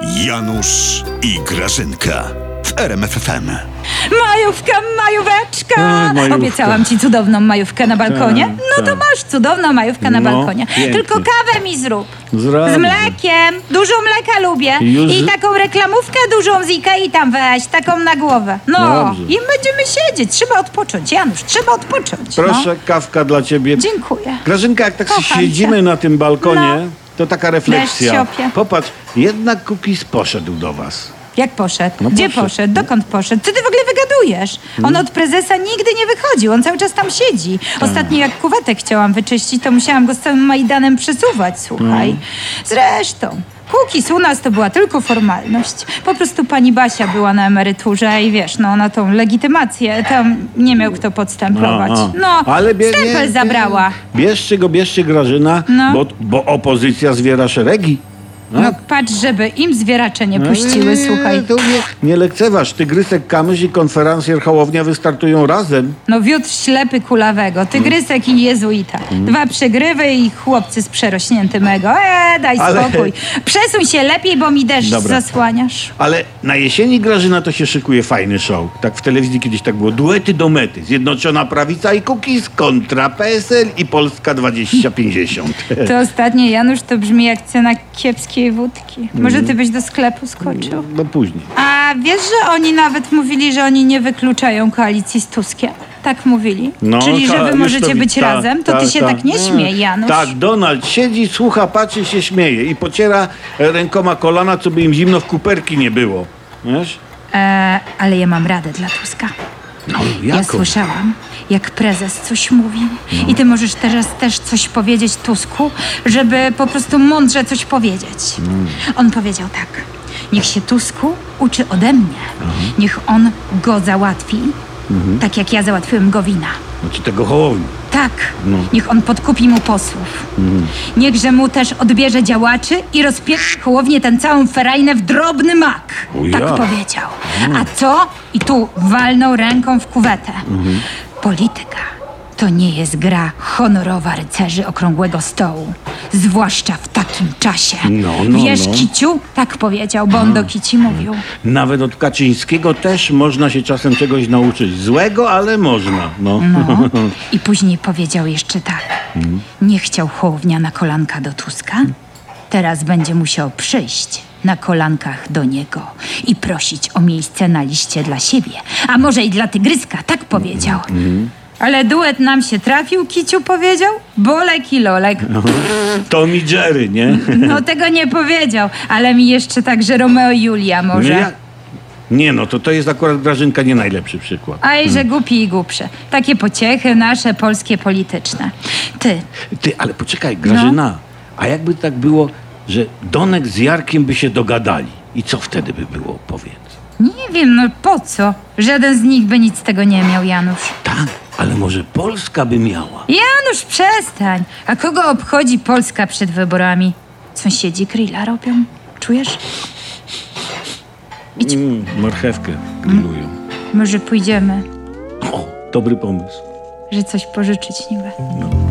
Janusz i Grażynka w RMF FM. Majówka, majóweczka! Majówka. Obiecałam ci cudowną majówkę na balkonie. No to tak. masz cudowną majówkę na No, balkonie. pięknie. Tylko kawę mi zrób. Zrobię. Z mlekiem. Dużo mleka lubię. Już- I taką reklamówkę dużą z Ikei tam weź, taką na głowę. No Dobrze. i będziemy siedzieć. Trzeba odpocząć, Janusz, trzeba odpocząć. Proszę, kawka dla ciebie. No. Dziękuję. Grażynka, jak tak Kocham siedzimy cię. na tym balkonie, No. to taka refleksja. siopie. Popatrz, jednak Kukiz poszedł do was. Jak poszedł? No Gdzie poszedł. poszedł? Dokąd poszedł? Co ty w ogóle wygadujesz? On od prezesa nigdy nie wychodził, on cały czas tam siedzi. Ostatnio jak kuwetę chciałam wyczyścić, to musiałam go z całym Majdanem przesuwać, słuchaj. Zresztą, Kukiz u nas to była tylko formalność. Po prostu pani Basia była na emeryturze i wiesz, no na tą legitymację tam nie miał kto podstemplować. No, Ale stempel zabrała. Bierzcie Grażyna, No. bo opozycja zwiera szeregi. No patrz, żeby im zwieracze nie puściły, słuchaj. To nie lekceważ. Tygrysek Kamysz i konferencjer Hołownia wystartują razem. No wiódr ślepy kulawego, tygrysek i jezuita. Dwa przegrywy i chłopcy z przerośniętym ego. Daj Ale- spokój. Przesuń się lepiej, bo mi deszcz Dobra. zasłaniasz. Ale na jesieni, Grażyna, to się szykuje fajny show. Tak w telewizji kiedyś tak było. Duety do mety. Zjednoczona Prawica i Kukiz kontra PSL i Polska 2050. To ostatnie, Janusz, to brzmi jak cena kiepskiej wódki. Może ty byś do sklepu skoczył? No później. A wiesz, że oni nawet mówili, że oni nie wykluczają koalicji z Tuskiem? Tak mówili. No, Czyli, że wy już możecie być tak, razem? To ty się tak nie śmiej, Janusz. Tak, Donald siedzi, słucha, patrzy, się śmieje i pociera rękoma kolana, co by im zimno w kuperki nie było. Wiesz? Ale ja mam radę dla Tuska. No, Ja słyszałam, jak prezes coś mówi. I ty możesz teraz też coś powiedzieć Tusku, żeby po prostu mądrze coś powiedzieć. On powiedział tak. Niech się Tusku uczy ode mnie. Niech on go załatwi, tak jak ja załatwiłem Gowina. Znaczy tego Hołowni. Tak, No. niech on podkupi mu posłów. Niechże mu też odbierze działaczy i rozpieprze Hołownię tę całą ferajnę w drobny mak. O Tak ja. powiedział. A co? I tu walnął ręką w kuwetę. Polityka to nie jest gra honorowa rycerzy okrągłego stołu. Zwłaszcza w takim czasie. No, Wiesz, no. Kiciu? Tak powiedział, bo on do Kici mówił. Nawet od Kaczyńskiego też można się czasem czegoś nauczyć. Złego, ale można. No. No. I później powiedział jeszcze tak. Nie chciał Hołownia na kolanka do Tuska. Teraz będzie musiał przyjść na kolankach do niego i prosić o miejsce na liście dla siebie. A może i dla Tygryska, tak powiedział. Ale duet nam się trafił, Kiciu powiedział. Bolek i Lolek. Tom i Jerry, nie? No tego nie powiedział, ale mi jeszcze tak, że Romeo i Julia może. Nie no, to jest akurat, Grażynka, nie najlepszy przykład. A i że głupi i głupsze. Takie pociechy nasze polskie polityczne. Ty, Ty, ale poczekaj, Grażyna, a jakby tak było, że Donek z Jarkiem by się dogadali? I co wtedy by było, powiedz? nie wiem, no po co? Żaden z nich by nic z tego nie miał, Janusz. Tak, ale może Polska by miała? Janusz, przestań! A kogo obchodzi Polska przed wyborami? Sąsiedzi grilla robią. Czujesz? Idź, Marchewkę grillują. może pójdziemy, O, dobry pomysł. że coś pożyczyć niby. No.